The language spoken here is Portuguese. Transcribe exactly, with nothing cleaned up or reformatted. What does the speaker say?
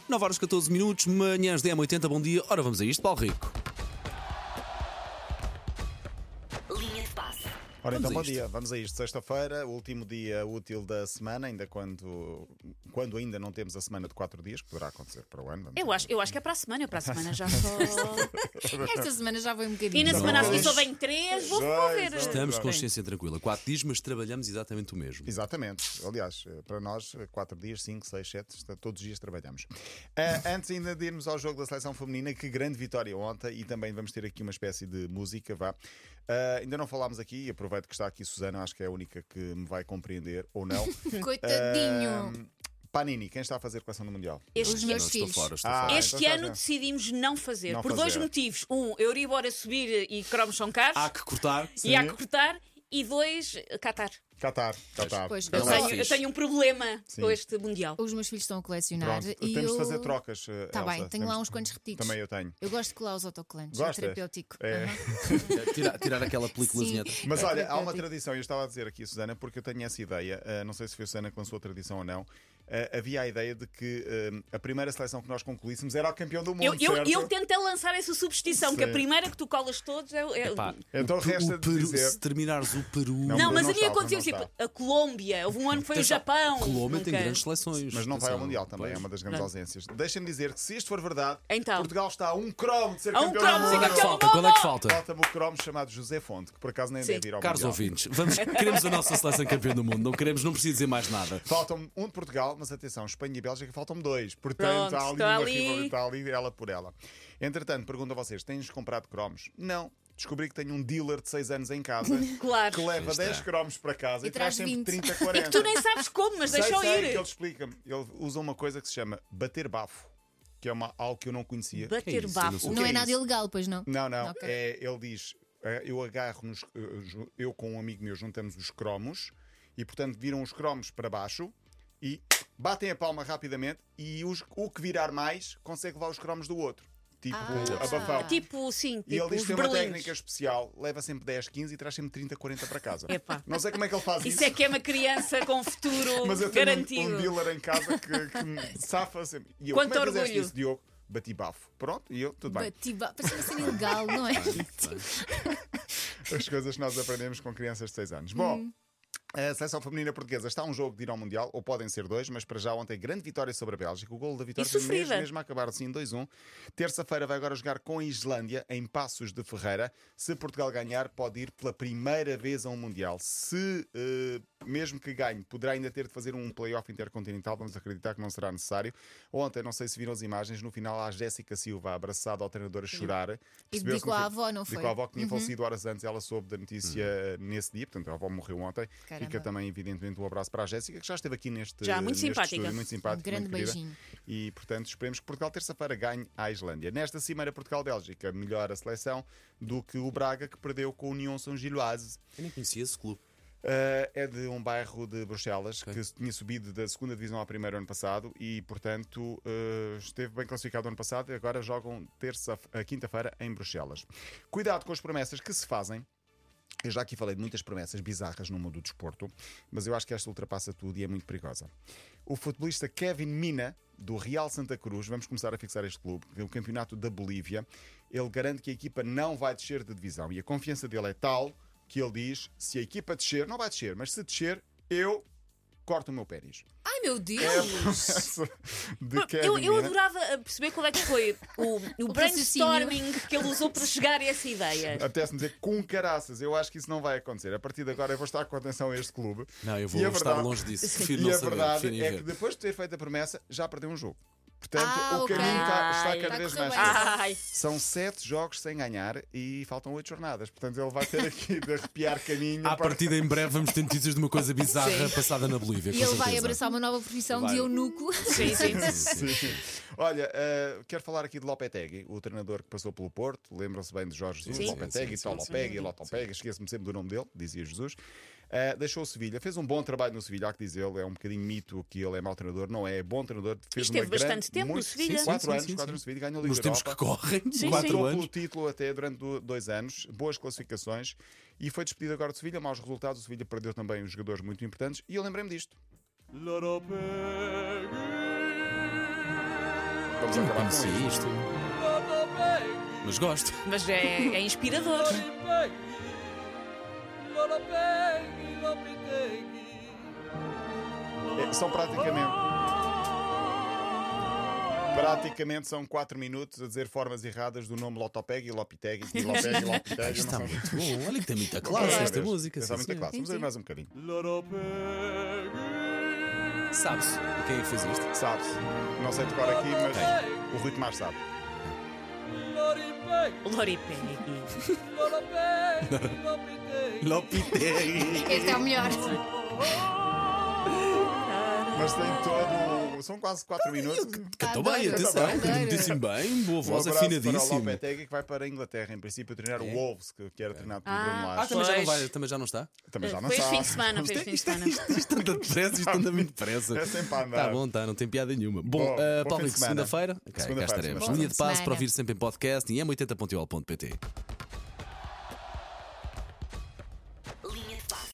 nove horas catorze minutos, manhãs D M oitenta, bom dia. Ora, vamos a isto, Paulo Rico. Ora, então, bom isto. dia, vamos a isto. Sexta-feira, último dia útil da semana, ainda quando, quando ainda não temos a semana de quatro dias, que poderá acontecer para o ano. Eu acho, eu acho que é para a semana, eu para a semana já só. Esta semana já foi um bocadinho. E na Já semana a vamos. seguir só vem três, vou, Já, vou ver. já. Estamos Bem. com consciência tranquila. Quatro dias, mas trabalhamos exatamente o mesmo. Exatamente. Aliás, para nós, quatro dias, cinco, seis, sete, todos os dias trabalhamos. Uh, antes ainda de irmos ao jogo da seleção feminina, que grande vitória ontem, e também vamos ter aqui uma espécie de música, vá. Uh, ainda não falámos aqui, e aproveito que está aqui Susana, acho que é a única que me vai compreender, ou não. Coitadinho. Uh, Panini, quem está a fazer a coleção do Mundial? Este, Os meus Não, estou filhos. fora, estou Ah, fora. então este está ano bem. decidimos não fazer. Não por dois fazer. motivos. Um, Euribor a subir e cromos são caros. Há que cortar. E há que cortar. E dois, Qatar. Qatar, Qatar. Pois, Eu Não é tenho, eu fixe. tenho um problema Sim. com este Mundial. Os meus filhos estão a colecionar. Pronto, e temos eu... de fazer trocas. Tá Elsa. bem, tenho Temos- lá uns quantos repetidos. Também eu tenho. Eu gosto de colar os autocolantes. Gostas? É terapêutico. É. Aham. Tirar, tirar aquela películazinha. Sim. Mas É olha, há uma terapêutico. tradição, eu estava a dizer aqui, Susana, porque eu tenho essa ideia, uh, não sei se foi a Susana que lançou a tradição ou não. Uh, havia a ideia de que uh, a primeira seleção que nós concluíssemos era o campeão do mundo. Eu, eu, certo? eu tentei lançar essa superstição, que a Sim. primeira que tu colas todos é. é- Epá, Então o, resta o de Peru, dizer- se terminares o Peru. Não, Não, mas não a mim estava, aconteceu não tipo está. a Colômbia, houve um ano que foi o Atenção, Japão. Colômbia tem nunca- grandes seleções. Mas não vai ao Atenção. Mundial também, Pois. é uma das grandes Não. ausências. Deixem-me dizer que se isto for verdade, Então. Portugal está a um cromo de ser A um campeão cromo do de ser mundo. Quando é que campeão falta? do Quando é que mundo! falta? Falta-me o cromo chamado José Fonte, que por acaso nem Sim. deve ir ao Caros Mundial. ouvintes, vamos, queremos a nossa seleção campeã do mundo. Não queremos, não preciso dizer mais nada. Faltam um de Portugal, mas atenção, Espanha e Bélgica faltam dois. Portanto, Pronto, há ali está uma ali. rivalidade, está ali ela por ela. Entretanto, pergunto a vocês: tens comprado cromos? Não. Descobri que tenho um dealer de seis anos em casa Claro. que leva Aí está. dez cromos para casa e, E traz traz sempre vinte. trinta, É quarenta. que tu nem sabes como, mas sei, deixa sei, eu que ir. ele explica-me. Ele usa uma coisa que se chama bater bafo, que é uma, algo que eu não conhecia. Que é Bater isso? bafo. Eu O Não que é é nada isso? ilegal, pois não? Não, não. Ok. É, ele diz: eh, eu agarro nos. eh, ju- Eu com um amigo meu juntamos os cromos e, portanto, viram os cromos para baixo e batem a palma rapidamente. E os- o que virar mais consegue levar os cromos do outro. Tipo, Ah. abafão. Tipo, sim, E ele tipo diz os que tem uma berlindes. técnica especial, leva sempre dez, quinze e traz sempre trinta, quarenta para casa. Epá. Não sei como é que ele faz isso. Isso é que é uma criança com futuro Mas eu tenho um- garantido. um dealer em casa que, que me safa sempre. E eu, Quanto como é que fizeste orgulho. isso, Diogo? Bati bafo. Pronto, e eu, tudo bem. Batiba... Parece uma cena ilegal, não é? As coisas que nós aprendemos com crianças de seis anos. Bom. A seleção feminina portuguesa está a um jogo de ir ao Mundial, ou podem ser dois, mas para já ontem grande vitória sobre a Bélgica. O golo da vitória E foi mesmo, sofrida. mesmo a acabar assim dois a um. Terça-feira vai agora jogar com a Islândia, em Passos de Ferreira. Se Portugal ganhar, pode ir pela primeira vez a um Mundial. Se, eh, mesmo que ganhe, poderá ainda ter de fazer um play-off intercontinental. Vamos acreditar que não será necessário. Ontem, não sei se viram as imagens, no final há a Jéssica Silva abraçada ao treinador a chorar. E Percebeu-se dedicou no à fim- avó, não foi? Dedicou à avó que tinha Uhum. falecido horas antes. Ela soube da notícia eh, nesse dia, portanto a avó morreu ontem. Caramba. Fica também, evidentemente, um abraço para a Jéssica, que já esteve aqui neste Já, muito neste simpática. estúdio, muito simpática, Um grande muito querida. beijinho. E, portanto, esperemos que Portugal terça-feira ganhe à Islândia. Nesta cimeira Portugal-Bélgica, melhor a seleção do que o Braga, que perdeu com o Union Saint-Gilloise. Eu nem conhecia esse clube. Uh, é de um bairro de Bruxelas Ok. que tinha subido da segunda divisão à primeira ano passado e, portanto, uh, esteve bem classificado ano passado e agora jogam terça, a quinta-feira em Bruxelas. Cuidado com as promessas que se fazem. Eu já aqui falei de muitas promessas bizarras no mundo do desporto, mas eu acho que esta ultrapassa tudo e é muito perigosa. O futebolista Kevin Mina, do Real Santa Cruz, vamos começar a fixar este clube, do campeonato da Bolívia, ele garante que a equipa não vai descer de divisão e a confiança dele é tal que ele diz: se a equipa descer, não vai descer, mas se descer, eu corto o meu pênis. Ai, meu Deus! É a promessa de Kevin Eu, eu Mina. adorava perceber qual é que foi o, o brainstorming que ele usou para chegar a essa ideia. Apetece-me dizer com caraças, eu acho que isso não vai acontecer. A partir de agora eu vou estar com atenção a este clube. Não, eu vou E a estar verdade- longe disso. Prefiro E não a saber. verdade prefiro é nem que ver. depois de ter feito a promessa, já perdeu um jogo. Portanto, Ah, o ok. caminho está, está Ai, cada está a vez correr mais bem. fácil. Ai, São sete jogos sem ganhar e faltam oito jornadas. Portanto, ele vai ter aqui de arrepiar caminho. À para- partida, em breve, vamos ter notícias de uma coisa bizarra passada na Bolívia. E com ele vai certeza. abraçar uma nova profissão Vai. de eunuco. sim, sim. Sim. Olha, uh, quero falar aqui de Lopetegui, o treinador que passou pelo Porto. Lembram-se bem de Jorge Jesus, Sim. Lopetegui, Sim, sim, tal sim, Lopegui, Lotopegui, esqueço-me sempre do nome dele, dizia Jesus. Uh, deixou o Sevilha, fez um bom trabalho no Sevilha, há que dizer, ele é um bocadinho mito que ele é mau treinador, não é, é bom treinador, fez Esteve uma grande, bastante tempo no muito, Sevilha. quatro Sim, sim, anos, sim, quatro sim. anos no Sevilha, ganhou a Liga Nos tempos que Europa. correm, Sim, quatro Lutou anos. pelo título até durante do- dois anos, boas classificações e foi despedido agora do Sevilha, maus resultados. O Sevilha perdeu também os jogadores muito importantes e eu lembrei-me disto. vamos Não acabar com conhecia isto. isto. Mas gosto. Mas é, é inspirador. É, são praticamente. Praticamente são quatro minutos a dizer formas erradas do nome Lotopeg e Lopiteg e Lopeg e Lopiteg. Está não são- muito bom. Olha que tem muita Outra classe esta vez. música. Está sim, muita senhor. classe. Vamos Sim, ver sim. mais um bocadinho. Sabe-se quem é que fez isto? Sabes? Não sei tocar aqui, mas o Rui Tomás sabe. Loripeg. Lopiteg. Este é o melhor. Mas tem todo. São quase quatro minutos. Cantou Tá bem, doido, atenção. tá doido. Muitíssimo bem. Boa Um voz, abraço para o afinadíssimo. Lopetegui que vai para a Inglaterra, em princípio, treinar o É? Wolves, que, que era treinado pelo Ah. Bruno Ah, Lage. também já, não Pois. vai, também já não está? Também já não Foi este sabe. fim de semana, foi este fim de semana. Isto anda depressa, isto anda muito depressa. É sempre a andar. Está bom, está, não tem piada nenhuma. Bom, Bom, uh, bom Paulo fim de Rico, semana. segunda-feira, Ok, cá Segunda-feira, estaremos. segunda-feira. Linha de passe Semana. para ouvir sempre em podcast em m oitenta ponto ol ponto pt.